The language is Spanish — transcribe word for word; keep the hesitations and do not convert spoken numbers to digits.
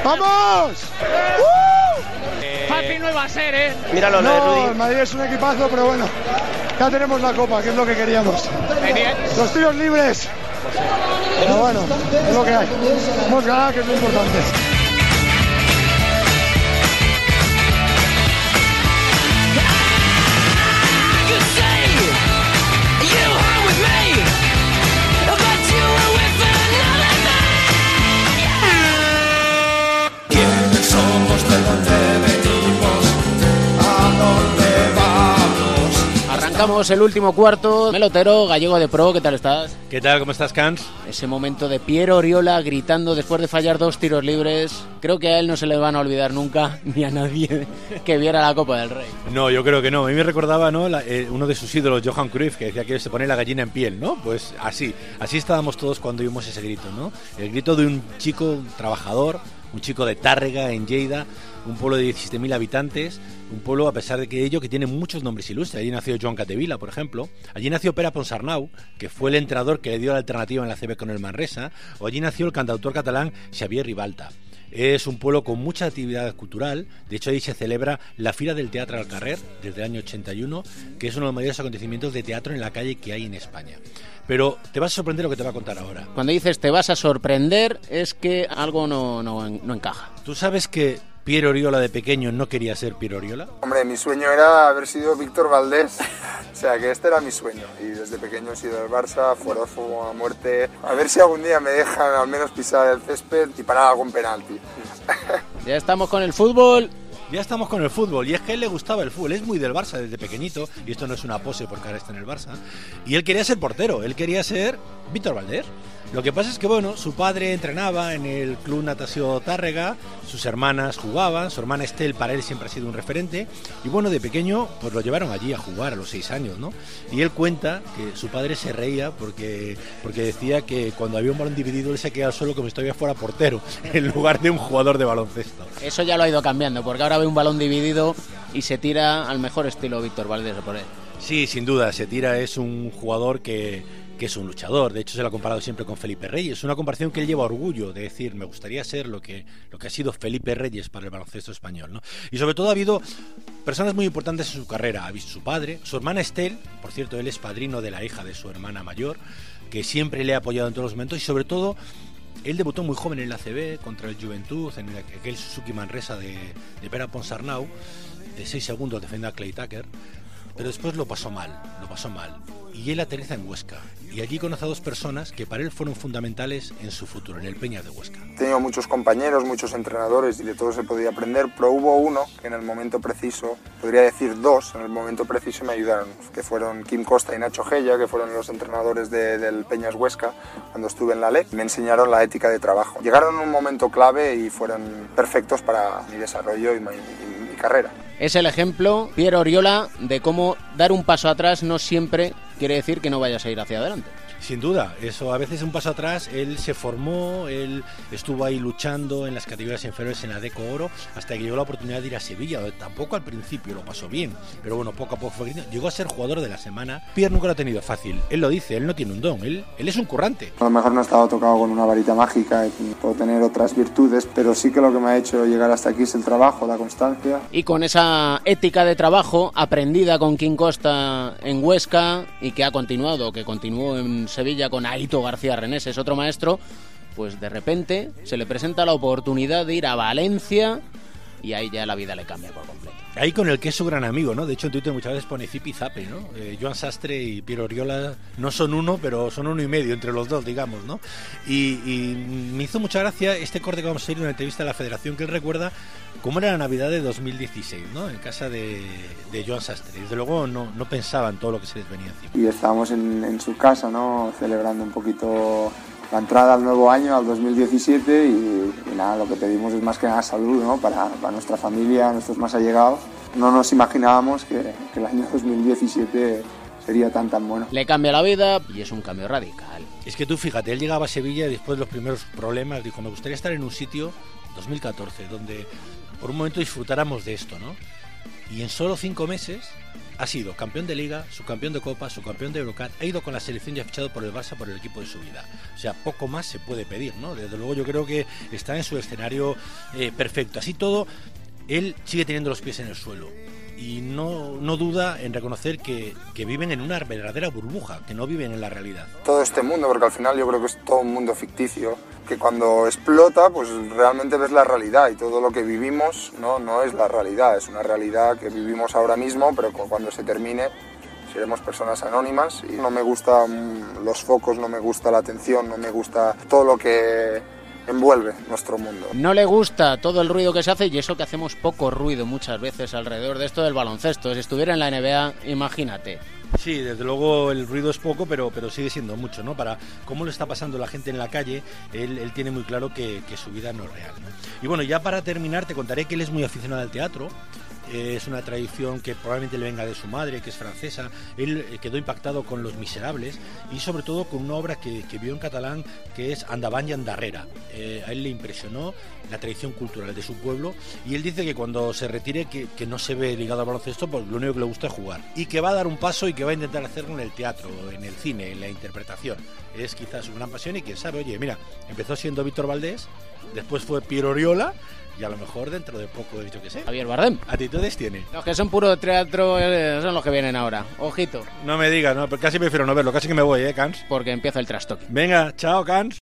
¡Vamos! ¡Uh! Eh... Fácil no iba a ser, ¿eh? Míralo, no, Rudy. El Madrid es un equipazo, pero bueno, ya tenemos la copa, que es lo que queríamos. Venía. Los tiros libres. Pero bueno, es lo que hay. Hemos ganado, que es lo importante. Arrancamos el último cuarto. Melotero, Gallego de Pro, ¿qué tal estás? ¿Qué tal? ¿Cómo estás, Cans? Ese momento de Piero Oriola gritando después de fallar dos tiros libres. Creo que a él no se le van a olvidar nunca, ni a nadie que viera la Copa del Rey. No, yo creo que no. A mí me recordaba, ¿no? La, eh, uno de sus ídolos, Johan Cruyff, que decía que se pone la gallina en piel, ¿no? Pues así, así estábamos todos cuando vimos ese grito, ¿no? El grito de un chico trabajador, un chico de Tárrega, en Lleida, un pueblo de diecisiete mil habitantes, un pueblo, a pesar de que ello, que tiene muchos nombres ilustres. Allí nació Joan Capdevila, por ejemplo. Allí nació Pere Ponsarnau, que fue el entrenador que le dio la alternativa en la A C B con el Manresa. O allí nació el cantautor catalán Xavier Ribalta. Es un pueblo con mucha actividad cultural. De hecho, ahí se celebra la Fira del Teatre al Carrer desde el año ochenta y uno, que es uno de los mayores acontecimientos de teatro en la calle que hay en España. Pero te vas a sorprender lo que te va a contar ahora. Cuando dices te vas a sorprender, es que algo no, no, no encaja. ¿Tú sabes que Piero Oriola de pequeño no quería ser Piero Oriola? Hombre, mi sueño era haber sido Víctor Valdés. O sea, que este era mi sueño. Y desde pequeño he sido del Barça, forófobo a muerte. A ver si algún día me dejan al menos pisar el césped y parar algún penalti. Ya estamos con el fútbol. Ya estamos con el fútbol, y es que a él le gustaba el fútbol, es muy del Barça desde pequeñito, y esto no es una pose porque ahora está en el Barça, y él quería ser portero, él quería ser Víctor Valdés. Lo que pasa es que, bueno, su padre entrenaba en el Club Natació Tàrrega, sus hermanas jugaban, su hermana Estel para él siempre ha sido un referente, y bueno, de pequeño pues lo llevaron allí a jugar a los seis años, ¿no? Y él cuenta que su padre se reía porque, porque decía que cuando había un balón dividido él se quedaba solo como si todavía fuera portero, en lugar de un jugador de baloncesto. Eso ya lo ha ido cambiando, porque ahora ve un balón dividido y se tira al mejor estilo Víctor Valdés por él. Sí, sin duda, se tira, es un jugador que... que es un luchador. De hecho se lo ha comparado siempre con Felipe Reyes, una comparación que él lleva orgullo de decir, me gustaría ser lo que, lo que ha sido Felipe Reyes para el baloncesto español, ¿no? Y sobre todo ha habido personas muy importantes en su carrera. Ha visto su padre, su hermana Estel, por cierto, él es padrino de la hija de su hermana mayor, que siempre le ha apoyado en todos los momentos, y sobre todo él debutó muy joven en la A C B contra el Juventud, en aquel Suzuki Manresa de, de Pere Ponsarnau, de seis segundos defendiendo a Clay Tucker. Pero después lo pasó mal, lo pasó mal. Y él aterriza en Huesca. Y allí conoce a dos personas que para él fueron fundamentales en su futuro, en el Peñas de Huesca. He tenido muchos compañeros, muchos entrenadores y de todos se podía aprender, pero hubo uno que en el momento preciso, podría decir dos, en el momento preciso me ayudaron, que fueron Quim Costa y Nacho Gella, que fueron los entrenadores de, del Peñas Huesca cuando estuve en la L E C. Me enseñaron la ética de trabajo. Llegaron en un momento clave y fueron perfectos para mi desarrollo y mi, y mi carrera. Es el ejemplo, Piero Oriola, de cómo dar un paso atrás no siempre quiere decir que no vayas a ir hacia adelante. Sin duda, eso a veces un paso atrás. Él se formó, él estuvo ahí luchando en las categorías inferiores en la Deco Oro hasta que llegó la oportunidad de ir a Sevilla, donde tampoco al principio lo pasó bien, pero bueno, poco a poco fue creciendo. Llegó a ser jugador de la semana. Pierre nunca lo ha tenido fácil, él lo dice, él no tiene un don, él, él es un currante. A lo mejor no he estado tocado con una varita mágica y puedo tener otras virtudes, pero sí que lo que me ha hecho llegar hasta aquí es el trabajo, la constancia. Y con esa ética de trabajo aprendida con Quim Costa en Huesca y que ha continuado, que continuó en Sevilla con Aito García Renés, es otro maestro, pues de repente se le presenta la oportunidad de ir a Valencia y ahí ya la vida le cambia por completo. Ahí con el que es su gran amigo, ¿no? De hecho en Twitter muchas veces pone Zipi Zape, ¿no? Eh, Joan Sastre y Piero Oriola no son uno, pero son uno y medio entre los dos, digamos, ¿no? Y, y me hizo mucha gracia este corte que vamos a ir en una entrevista a la Federación, que él recuerda cómo era la Navidad de dos mil dieciséis, ¿no? En casa de, de Joan Sastre. Desde luego no, no pensaba en todo lo que se les venía encima. Y estábamos en, en su casa, ¿no? Celebrando un poquito la entrada al nuevo año, al dos mil diecisiete, y, y nada, lo que pedimos es más que nada salud, ¿no? Para, para nuestra familia, nuestros más allegados. No nos imaginábamos que, que el año dos mil diecisiete sería tan tan bueno. Le cambia la vida y es un cambio radical. Es que tú fíjate, él llegaba a Sevilla y después de los primeros problemas dijo, me gustaría estar en un sitio, dos mil catorce, donde por un momento disfrutáramos de esto, ¿no? y en solo cinco meses ha sido campeón de Liga, subcampeón de Copa, subcampeón de Eurocup, ha ido con la selección y ha fichado por el Barça por el equipo de su vida. O sea, poco más se puede pedir, ¿no? Desde luego yo creo que está en su escenario eh, perfecto. Así todo, él sigue teniendo los pies en el suelo y no, no duda en reconocer que, que viven en una verdadera burbuja, que no viven en la realidad. Todo este mundo, porque al final yo creo que es todo un mundo ficticio, que cuando explota, pues realmente ves la realidad y todo lo que vivimos no, no es la realidad, es una realidad que vivimos ahora mismo, pero cuando se termine seremos personas anónimas y no me gustan los focos, no me gusta la atención, no me gusta todo lo que envuelve nuestro mundo. No le gusta todo el ruido que se hace y eso que hacemos poco ruido muchas veces alrededor de esto del baloncesto. Si estuviera en la N B A, imagínate. Sí, desde luego el ruido es poco, pero, pero sigue siendo mucho, ¿no? Para cómo lo está pasando la gente en la calle, él, él tiene muy claro que, que su vida no es real, ¿no? Y bueno, ya para terminar te contaré que él es muy aficionado al teatro. Eh, es una tradición que probablemente le venga de su madre, que es francesa. Él eh, quedó impactado con Los Miserables y sobre todo con una obra que, que vio en catalán, que es Endavant i Endarrere. Eh, a él le impresionó la tradición cultural de su pueblo y él dice que cuando se retire que, que no se ve ligado al baloncesto, pues lo único que le gusta es jugar y que va a dar un paso y que va a intentar hacerlo en el teatro, en el cine, en la interpretación. Es quizás su gran pasión y quién sabe, oye, mira, empezó siendo Víctor Valdés, después fue Piero Oriola y a lo mejor dentro de poco, yo qué sé, Javier Bardem. Actitudes tiene. Los que son puro teatro eh, son los que vienen ahora. Ojito. No me digas, no, pero casi prefiero no verlo, casi que me voy, ¿eh, Cans? Porque empieza el trastoque. Venga, chao, Cans.